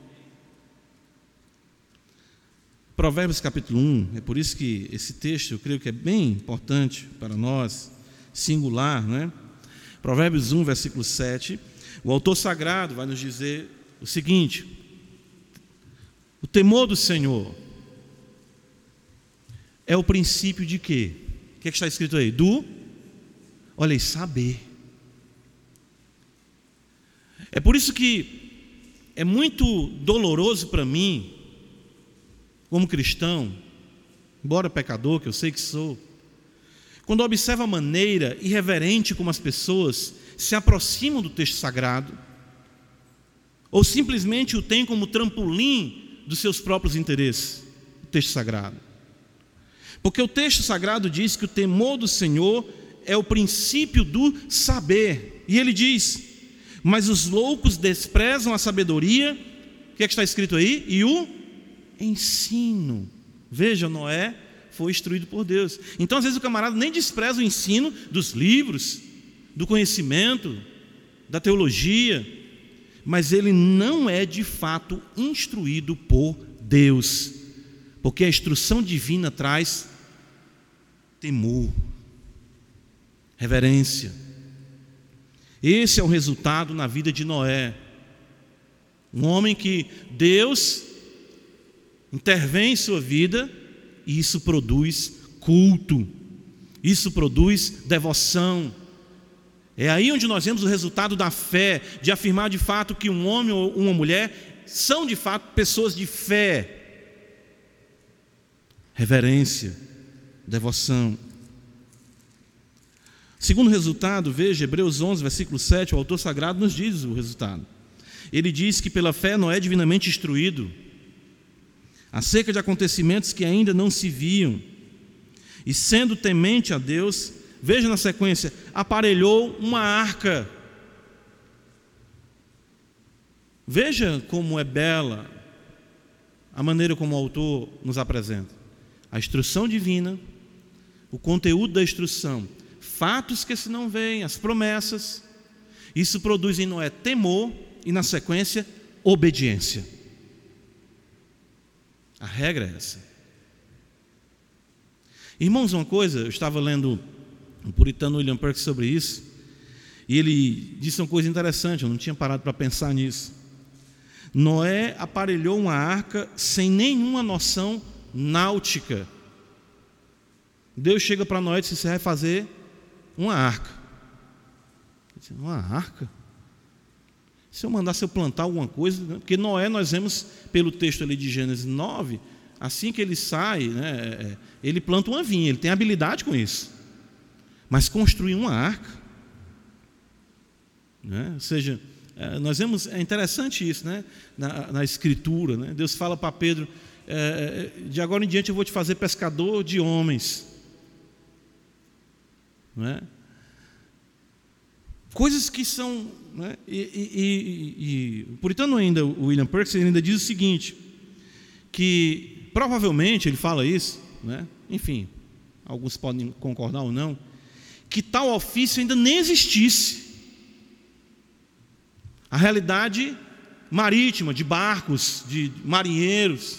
Provérbios capítulo 1, é por isso que esse texto eu creio que é bem importante para nós, singular, né? Provérbios 1, versículo 7, o autor sagrado vai nos dizer o seguinte: o temor do Senhor é o princípio de quê? O que está escrito aí? Olha aí, saber. É por isso que é muito doloroso para mim, como cristão, embora pecador, que eu sei que sou, quando observo a maneira irreverente como as pessoas se aproximam do texto sagrado, ou simplesmente o têm como trampolim dos seus próprios interesses, o texto sagrado. Porque o texto sagrado diz que o temor do Senhor é o princípio do saber. E ele diz: mas os loucos desprezam a sabedoria, o que é que está escrito aí? E o ensino. Veja, Noé foi instruído por Deus. Então às vezes o camarada nem despreza o ensino dos livros, do conhecimento, da teologia, mas ele não é de fato instruído por Deus, porque a instrução divina traz temor, reverência. Esse é o resultado na vida de Noé, um homem que Deus intervém em sua vida, e isso produz culto, isso produz devoção. É aí onde nós vemos o resultado da fé, de afirmar de fato que um homem ou uma mulher são de fato pessoas de fé, reverência, devoção. Segundo resultado, veja, Hebreus 11, versículo 7, o autor sagrado nos diz o resultado. Ele diz que pela fé Noé é divinamente instruído acerca de acontecimentos que ainda não se viam, e sendo temente a Deus, veja na sequência, aparelhou uma arca. Veja como é bela a maneira como o autor nos apresenta a instrução divina, o conteúdo da instrução, fatos que se não veem, as promessas. Isso produz em Noé temor e, na sequência, obediência. A regra é essa. Irmãos, uma coisa, eu estava lendo um puritano William Perkins sobre isso, e ele disse uma coisa interessante, eu não tinha parado para pensar nisso. Noé aparelhou uma arca sem nenhuma noção náutica. Deus chega para Noé e disse: você vai fazer uma arca. Ele disse: uma arca? Se eu mandasse eu plantar alguma coisa, né? Porque Noé, nós vemos pelo texto ali de Gênesis 9, assim que ele sai, né, ele planta uma vinha, ele tem habilidade com isso. Mas construir uma arca, né? Ou seja, nós vemos, é interessante isso, né? na Escritura, né? Deus fala para Pedro: de agora em diante eu vou te fazer pescador de homens, não é? Coisas que são, né? E o puritano ainda, o William Perkins, ainda diz o seguinte, que provavelmente, ele fala isso, né? Enfim, alguns podem concordar ou não, que tal ofício ainda nem existisse. A realidade marítima, de barcos, de marinheiros.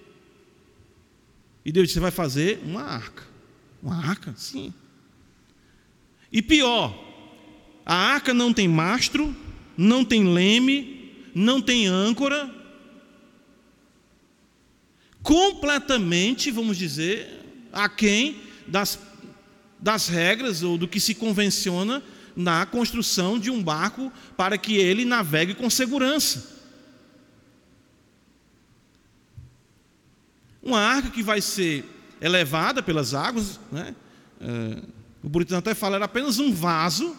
E Deus disse: você vai fazer uma arca. Uma arca? Sim. E pior, a arca não tem mastro, não tem leme, não tem âncora. Completamente, vamos dizer, aquém das regras ou do que se convenciona na construção de um barco para que ele navegue com segurança. Uma arca que vai ser elevada pelas águas, né? O puritano até fala, era apenas um vaso,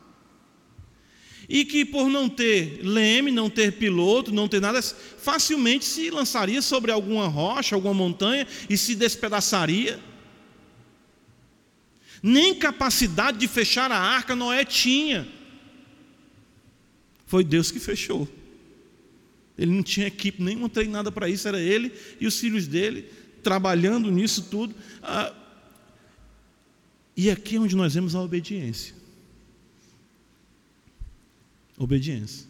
e que por não ter leme, não ter piloto, não ter nada, facilmente se lançaria sobre alguma rocha, alguma montanha e se despedaçaria. Nem capacidade de fechar a arca Noé tinha. Foi Deus que fechou. Ele não tinha equipe nenhuma treinada para isso, era ele e os filhos dele trabalhando nisso tudo. E aqui é onde nós vemos a obediência. Obediência.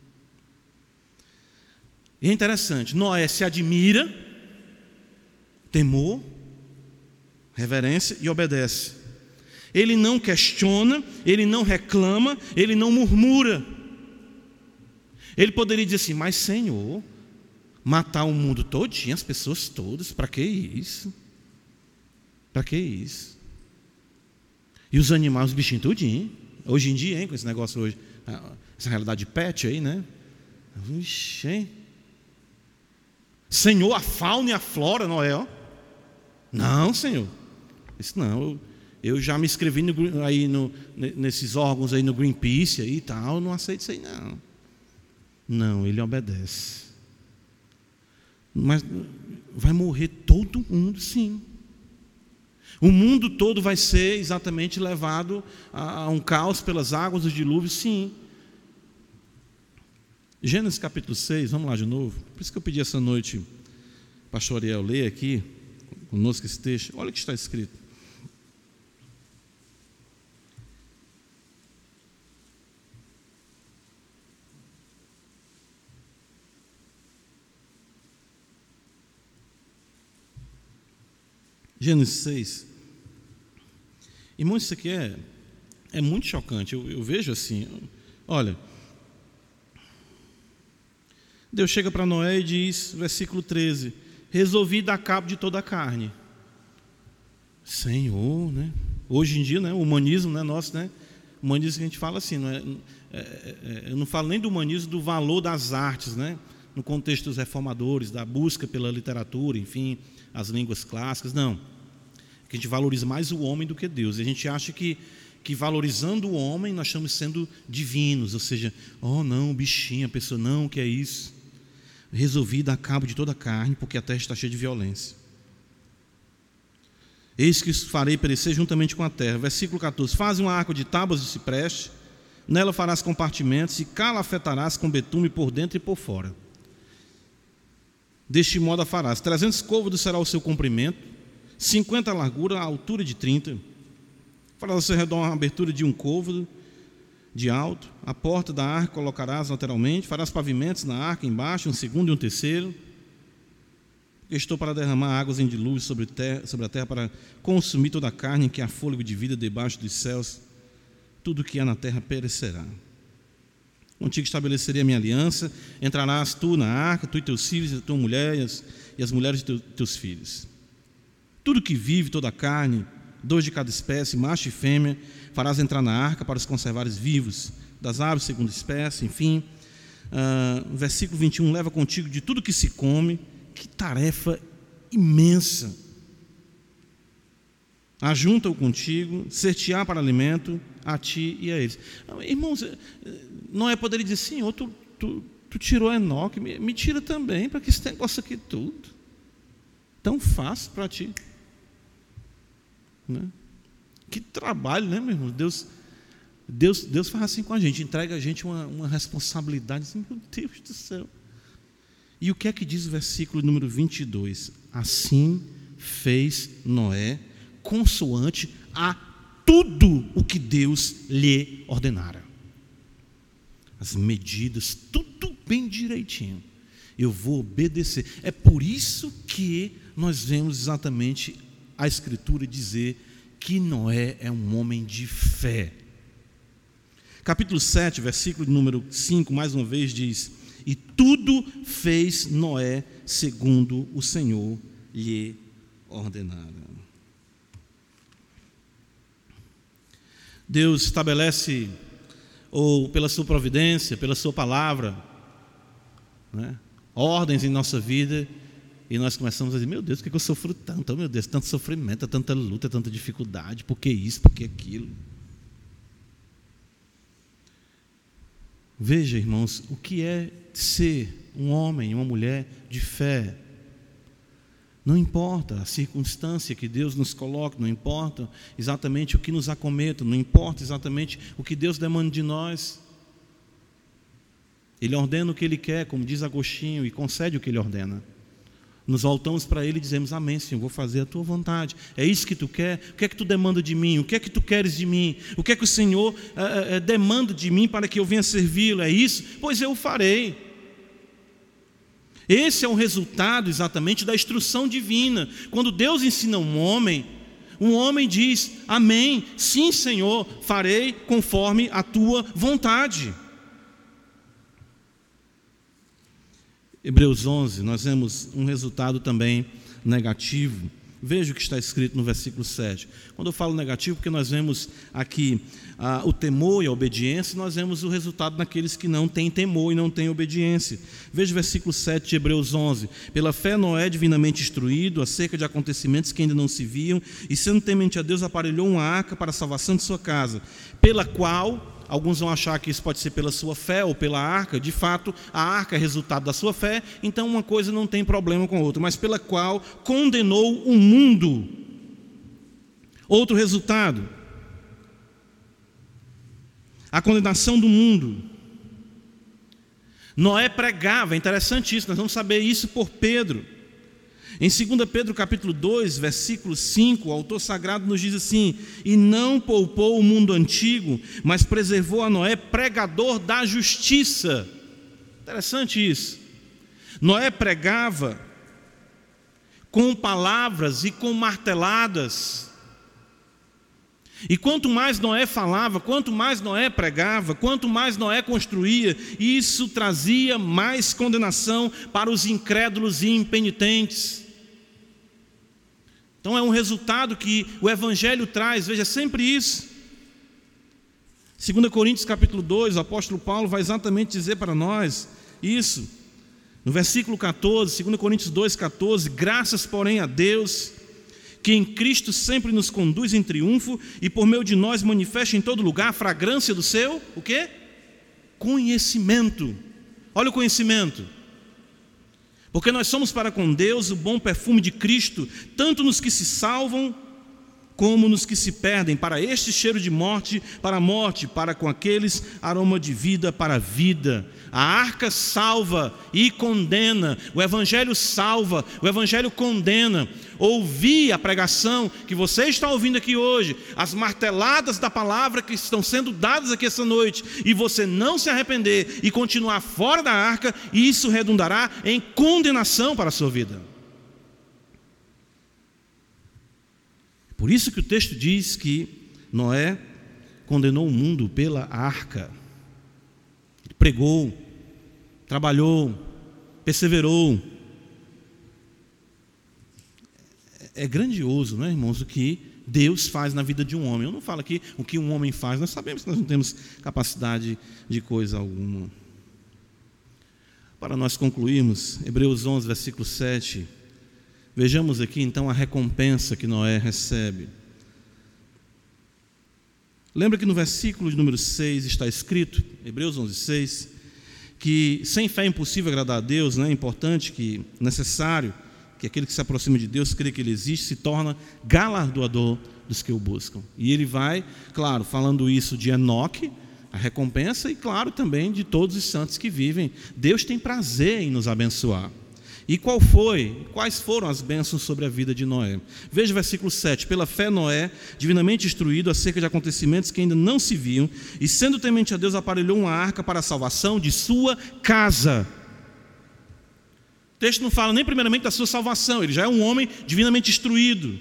E é interessante, Noé se admira, temor, reverência e obedece. Ele não questiona, ele não reclama, ele não murmura. Ele poderia dizer assim: mas Senhor, matar o mundo todinho, as pessoas todas, para que isso? Para que isso? E os animais, os bichinhos tudinho. Hoje em dia, hein, com esse negócio hoje, essa realidade de pet aí, né? Ixi, hein? Senhor, a fauna e a flora, Noé, ó. Não, Senhor. Isso não. Eu já me inscrevi aí nesses órgãos aí no Greenpeace aí e tal. Eu não aceito isso aí, não. Não, ele obedece. Mas vai morrer todo mundo, sim. O mundo todo vai ser exatamente levado a um caos pelas águas do dilúvio, sim. Gênesis capítulo 6, vamos lá de novo. Por isso que eu pedi essa noite, pastor Ariel, ler aqui conosco esse texto. Olha o que está escrito. Gênesis 6. Irmãos, isso aqui é muito chocante. Eu vejo assim, olha, Deus chega para Noé e diz, versículo 13: resolvi dar cabo de toda a carne. Senhor, né? Hoje em dia, né, o humanismo, né, nosso, né? O humanismo que a gente fala assim, não eu não falo nem do humanismo, do valor das artes, né? No contexto dos reformadores, da busca pela literatura, enfim, as línguas clássicas, não. Que a gente valoriza mais o homem do que Deus. E a gente acha que valorizando o homem nós estamos sendo divinos, ou seja, oh não, bichinho, a pessoa, não, que é isso? Resolvi dar cabo de toda a carne, porque a terra está cheia de violência. Eis que farei perecer juntamente com a terra. Versículo 14: faz um arco de tábuas de cipreste, nela farás compartimentos e calafetarás com betume por dentro e por fora. Deste modo a farás. 300 côvados será o seu comprimento, 50 a largura, a altura de 30. Farás ao seu redor uma abertura de 1 côvado de alto. A porta da arca colocarás lateralmente. Farás pavimentos na arca embaixo, um segundo e um terceiro. Estou para derramar águas em dilúvio sobre a terra, para consumir toda a carne que há fôlego de vida debaixo dos céus. Tudo que há na terra perecerá. Contigo estabelecerei a minha aliança. Entrarás tu na arca, tu e teus filhos, a tua mulher e as mulheres de teus filhos. Tudo que vive, toda a carne, 2 de cada espécie, macho e fêmea, farás entrar na arca para os conservares vivos, das aves segundo espécie, enfim. Versículo 21, leva contigo de tudo que se come. Que tarefa imensa. Ajunta-o contigo, ser-te-á para alimento, a ti e a eles. Irmãos, Noé poderia dizer, Senhor, tu tirou Enoque, me tira também, para que esse negócio aqui tudo, tão fácil para ti. Né? Que trabalho, né, meu irmão? Deus faz assim com a gente, entrega a gente uma responsabilidade, assim, meu Deus do céu. E o que é que diz o versículo número 22? Assim fez Noé, consoante a tudo o que Deus lhe ordenara. As medidas, tudo bem direitinho. Eu vou obedecer. É por isso que nós vemos exatamente a Escritura dizer que Noé é um homem de fé. Capítulo 7, versículo número 5, mais uma vez diz: e tudo fez Noé segundo o Senhor lhe ordenara. Deus estabelece, ou pela sua providência, pela sua palavra, né, ordens em nossa vida, e nós começamos a dizer, meu Deus, por que eu sofro tanto? Oh, meu Deus, tanto sofrimento, tanta luta, tanta dificuldade, por que isso, por que aquilo? Veja, irmãos, o que é ser um homem, uma mulher de fé. Não importa a circunstância que Deus nos coloque, não importa exatamente o que nos acometa, não importa exatamente o que Deus demanda de nós. Ele ordena o que Ele quer, como diz Agostinho, e concede o que Ele ordena. Nos voltamos para Ele e dizemos, amém, Senhor, vou fazer a Tua vontade. É isso que Tu quer? O que é que Tu demanda de mim? O que é que Tu queres de mim? O que é que o Senhor demanda de mim para que eu venha servi-lo? É isso? Pois eu o farei. Esse é o resultado exatamente da instrução divina. Quando Deus ensina um homem diz, amém, sim, Senhor, farei conforme a Tua vontade. Hebreus 11, nós vemos um resultado também negativo. Veja o que está escrito no versículo 7. Quando eu falo negativo, porque nós vemos aqui o temor e a obediência, nós vemos o resultado naqueles que não têm temor e não têm obediência. Veja o versículo 7 de Hebreus 11. Pela fé Noé, divinamente instruído acerca de acontecimentos que ainda não se viam, e sendo temente a Deus, aparelhou uma arca para a salvação de sua casa, pela qual... Alguns vão achar que isso pode ser pela sua fé ou pela arca. De fato, a arca é resultado da sua fé, então uma coisa não tem problema com a outra. Mas pela qual condenou o mundo. Outro resultado, a condenação do mundo. Noé pregava, é interessante isso, nós vamos saber isso por Pedro. Em 2 Pedro capítulo 2, versículo 5, o autor sagrado nos diz assim: e não poupou o mundo antigo, mas preservou a Noé, pregador da justiça. Interessante isso. Noé pregava com palavras e com marteladas. E quanto mais Noé falava, quanto mais Noé pregava, quanto mais Noé construía, isso trazia mais condenação para os incrédulos e impenitentes. Então é um resultado que o Evangelho traz, veja sempre isso. 2 Coríntios capítulo 2, o apóstolo Paulo vai exatamente dizer para nós isso. No versículo 14, 2 Coríntios 2, 14, graças porém a Deus, que em Cristo sempre nos conduz em triunfo e por meio de nós manifesta em todo lugar a fragrância do seu, o quê? Conhecimento. Olha o conhecimento. Porque nós somos para com Deus o bom perfume de Cristo, tanto nos que se salvam, como nos que se perdem. Para este cheiro de morte, para a morte, para com aqueles aroma de vida para a vida. A arca salva e condena, o Evangelho salva, o Evangelho condena. Ouvir a pregação que você está ouvindo aqui hoje, as marteladas da palavra que estão sendo dadas aqui essa noite, e você não se arrepender e continuar fora da arca, isso redundará em condenação para a sua vida. Por isso que o texto diz que Noé condenou o mundo pela arca. Ele pregou, trabalhou, perseverou. É grandioso, não é, irmãos, o que Deus faz na vida de um homem. Eu não falo aqui o que um homem faz, nós sabemos que nós não temos capacidade de coisa alguma. Para nós concluirmos, Hebreus 11, versículo 7, vejamos aqui então a recompensa que Noé recebe. Lembra que no versículo de número 6 está escrito, Hebreus 11, 6, que sem fé é impossível agradar a Deus, né? É importante, necessário, que aquele que se aproxima de Deus, crê que Ele existe, se torna galardoador dos que o buscam. E ele vai, claro, falando isso de Enoque, a recompensa, e claro, também de todos os santos que vivem. Deus tem prazer em nos abençoar. E quais foram as bênçãos sobre a vida de Noé? Veja o versículo 7. Pela fé Noé, divinamente instruído acerca de acontecimentos que ainda não se viam, e sendo temente a Deus, aparelhou uma arca para a salvação de sua casa. O texto não fala nem primeiramente da sua salvação, ele já é um homem divinamente instruído.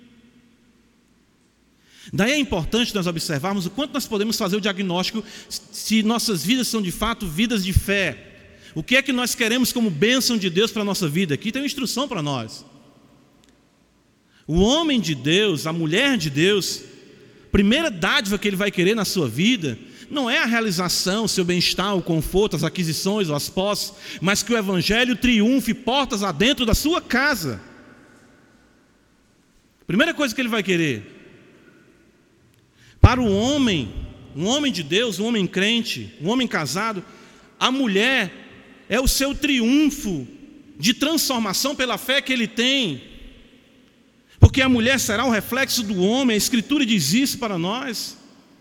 Daí é importante nós observarmos o quanto nós podemos fazer o diagnóstico se nossas vidas são de fato vidas de fé. O que é que nós queremos como bênção de Deus para a nossa vida? Aqui tem uma instrução para nós. O homem de Deus, a mulher de Deus, a primeira dádiva que ele vai querer na sua vida não é a realização, o seu bem-estar, o conforto, as aquisições ou as posses, mas que o Evangelho triunfe portas adentro da sua casa. Primeira coisa que ele vai querer. Para o homem, um homem de Deus, um homem crente, um homem casado, a mulher é o seu triunfo de transformação pela fé que ele tem. Porque a mulher será o reflexo do homem, a Escritura diz isso para nós.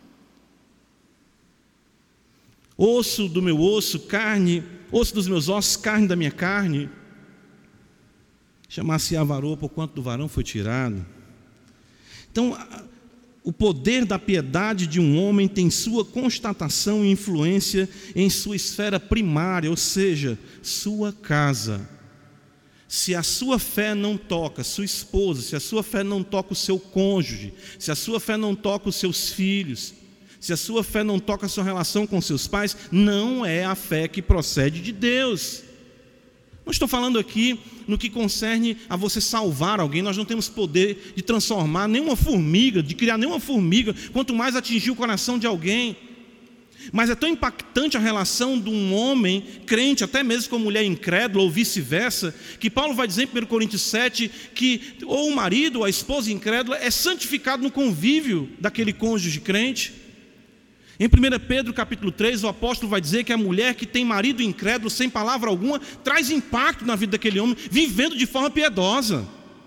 Osso do meu osso, carne, osso dos meus ossos, carne da minha carne. Chamar-se-á varão, porquanto do varão foi tirado. Então, o poder da piedade de um homem tem sua constatação e influência em sua esfera primária, ou seja, sua casa. Se a sua fé não toca sua esposa, se a sua fé não toca o seu cônjuge, se a sua fé não toca os seus filhos, se a sua fé não toca a sua relação com seus pais, não é a fé que procede de Deus. Não estou falando aqui no que concerne a você salvar alguém. Nós não temos poder de transformar nenhuma formiga, de criar nenhuma formiga, quanto mais atingir o coração de alguém. Mas é tão impactante a relação de um homem crente, até mesmo com uma mulher incrédula, ou vice-versa, que Paulo vai dizer em 1 Coríntios 7, que ou o marido ou a esposa incrédula é santificado no convívio daquele cônjuge crente. Em 1 Pedro capítulo 3, o apóstolo vai dizer que a mulher que tem marido incrédulo, sem palavra alguma, traz impacto na vida daquele homem, vivendo de forma piedosa.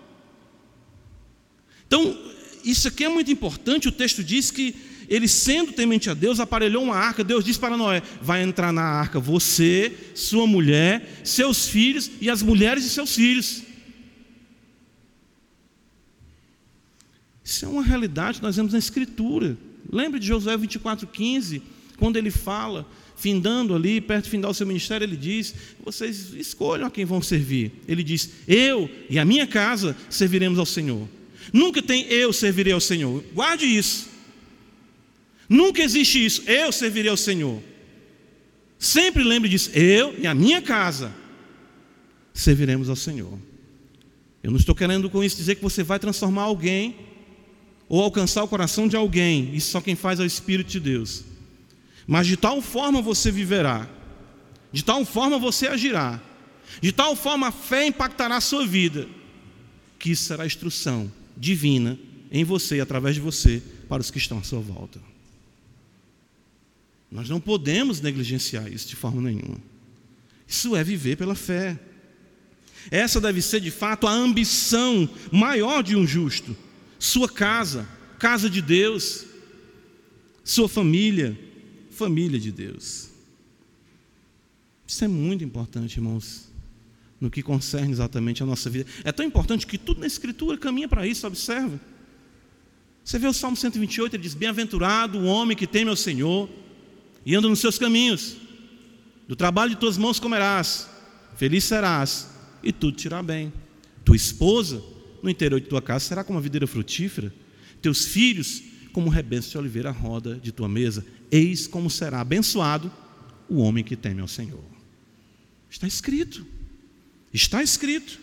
Então, isso aqui é muito importante. O texto diz que ele, sendo temente a Deus, aparelhou uma arca. Deus disse para Noé: vai entrar na arca você, sua mulher, seus filhos e as mulheres de seus filhos. Isso é uma realidade que nós vemos na Escritura. Lembre de Josué 24:15, quando ele fala, findando ali, perto de findar o seu ministério, ele diz: vocês escolham a quem vão servir. Ele diz: eu e a minha casa serviremos ao Senhor. Nunca tem eu servirei ao Senhor. Guarde isso. Nunca existe isso, eu servirei ao Senhor. Sempre lembre disso: eu e a minha casa serviremos ao Senhor. Eu não estou querendo com isso dizer que você vai transformar alguém ou alcançar o coração de alguém. Isso só quem faz é o Espírito de Deus. Mas de tal forma você viverá, de tal forma você agirá, de tal forma a fé impactará a sua vida, que isso será instrução divina em você e através de você para os que estão à sua volta. Nós não podemos negligenciar isso de forma nenhuma. Isso é viver pela fé. Essa deve ser de fato a ambição maior de um justo. Sua casa, casa de Deus. Sua família, família de Deus. Isso é muito importante, irmãos, no que concerne exatamente a nossa vida. É tão importante que tudo na Escritura caminha para isso, observa. Você vê o Salmo 128, ele diz: bem-aventurado o homem que teme ao Senhor e anda nos seus caminhos. Do trabalho de tuas mãos comerás, feliz serás, e tudo te irá bem. Tua esposa no interior de tua casa será como uma videira frutífera, teus filhos como um rebenço de oliveira à roda de tua mesa. Eis como será abençoado o homem que teme ao Senhor. Está escrito. Está escrito.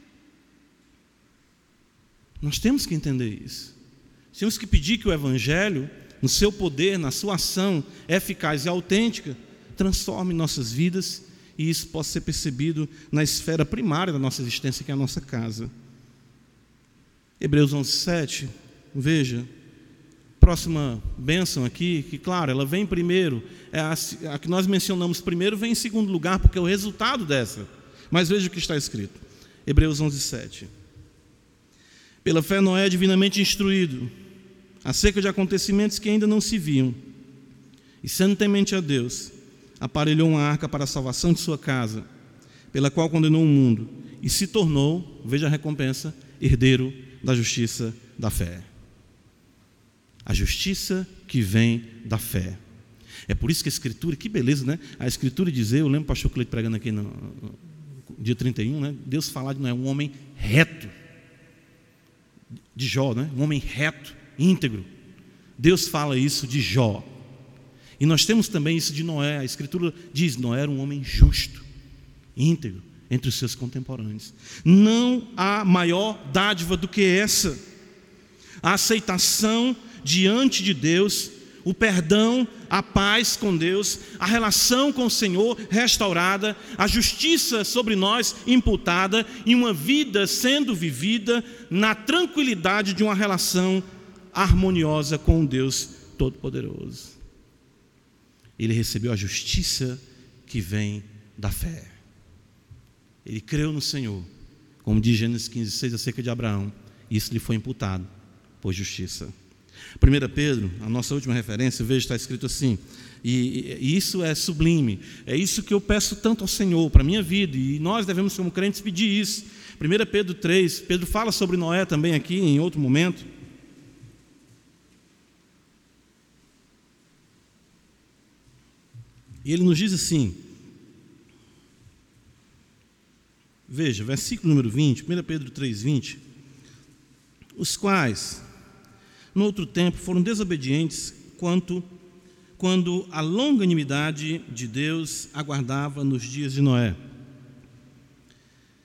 Nós temos que entender isso. Temos que pedir que o Evangelho, no seu poder, na sua ação eficaz e autêntica, transforme nossas vidas, e isso possa ser percebido na esfera primária da nossa existência, que é a nossa casa. Hebreus 11:7, veja, próxima bênção aqui, que claro, ela vem primeiro, a que nós mencionamos primeiro vem em segundo lugar, porque é o resultado dessa. Mas veja o que está escrito, Hebreus 11:7. Pela fé Noé é divinamente instruído acerca de acontecimentos que ainda não se viam, e sendo temente a Deus, aparelhou uma arca para a salvação de sua casa, pela qual condenou o mundo, e se tornou, veja a recompensa, herdeiro da justiça da fé. A justiça que vem da fé. É por isso que a Escritura, que beleza, né? A Escritura dizer, eu lembro o pastor Cleito pregando aqui no dia 31, né? Deus falar de Noé, um homem reto, de Jó, né? Um homem reto, íntegro. Deus fala isso de Jó. E nós temos também isso de Noé. A Escritura diz: Noé era um homem justo, íntegro, entre os seus contemporâneos. Não há maior dádiva do que essa. A aceitação diante de Deus, o perdão, a paz com Deus, a relação com o Senhor restaurada, a justiça sobre nós imputada e uma vida sendo vivida na tranquilidade de uma relação harmoniosa com Deus Todo-Poderoso. Ele recebeu a justiça que vem da fé. Ele creu no Senhor, como diz Gênesis 15:6 acerca de Abraão, e isso lhe foi imputado por justiça. 1 Pedro, a nossa última referência, veja, está escrito assim, e isso é sublime, é isso que eu peço tanto ao Senhor para a minha vida, e nós devemos como crentes pedir isso. 1 Pedro 3, Pedro fala sobre Noé também aqui em outro momento. E ele nos diz assim, veja, versículo número 20, 1 Pedro 3:20, os quais, no outro tempo, foram desobedientes quando a longanimidade de Deus aguardava nos dias de Noé.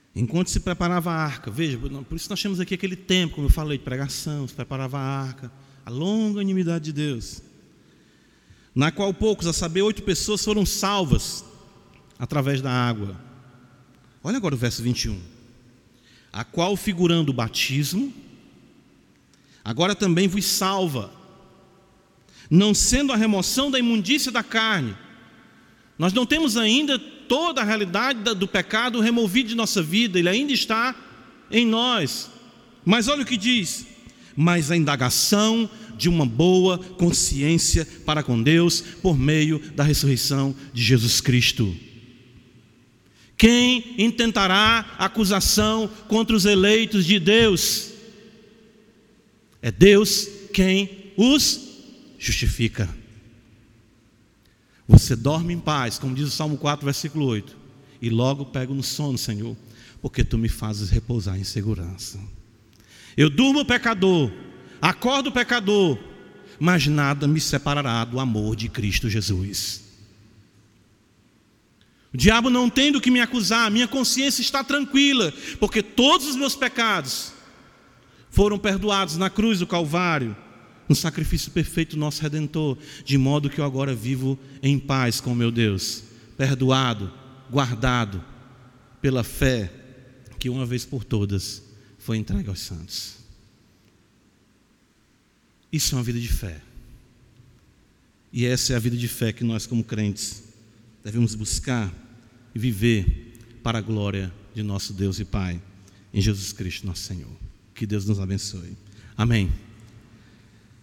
Enquanto se preparava a arca, veja, por isso nós temos aqui aquele tempo, como eu falei, de pregação, se preparava a arca, a longanimidade de Deus, na qual poucos, a saber, 8 pessoas foram salvas através da água. Olha agora o verso 21. A qual, figurando o batismo, agora também vos salva, não sendo a remoção da imundícia da carne. Nós não temos ainda toda a realidade do pecado removido de nossa vida, ele ainda está em nós. Mas olha o que diz: mas a indagação de uma boa consciência para com Deus por meio da ressurreição de Jesus Cristo. Quem intentará acusação contra os eleitos de Deus? É Deus quem os justifica. Você dorme em paz, como diz o Salmo 4, versículo 8, e logo pego no sono, Senhor, porque Tu me fazes repousar em segurança. Eu durmo pecador, acordo pecador, mas nada me separará do amor de Cristo Jesus. O diabo não tem do que me acusar, minha consciência está tranquila, porque todos os meus pecados foram perdoados na cruz do Calvário, no sacrifício perfeito do nosso Redentor, de modo que eu agora vivo em paz com meu Deus, perdoado, guardado pela fé que uma vez por todas foi entregue aos santos. Isso é uma vida de fé. E essa é a vida de fé que nós, como crentes, devemos buscar e viver para a glória de nosso Deus e Pai, em Jesus Cristo, nosso Senhor. Que Deus nos abençoe. Amém.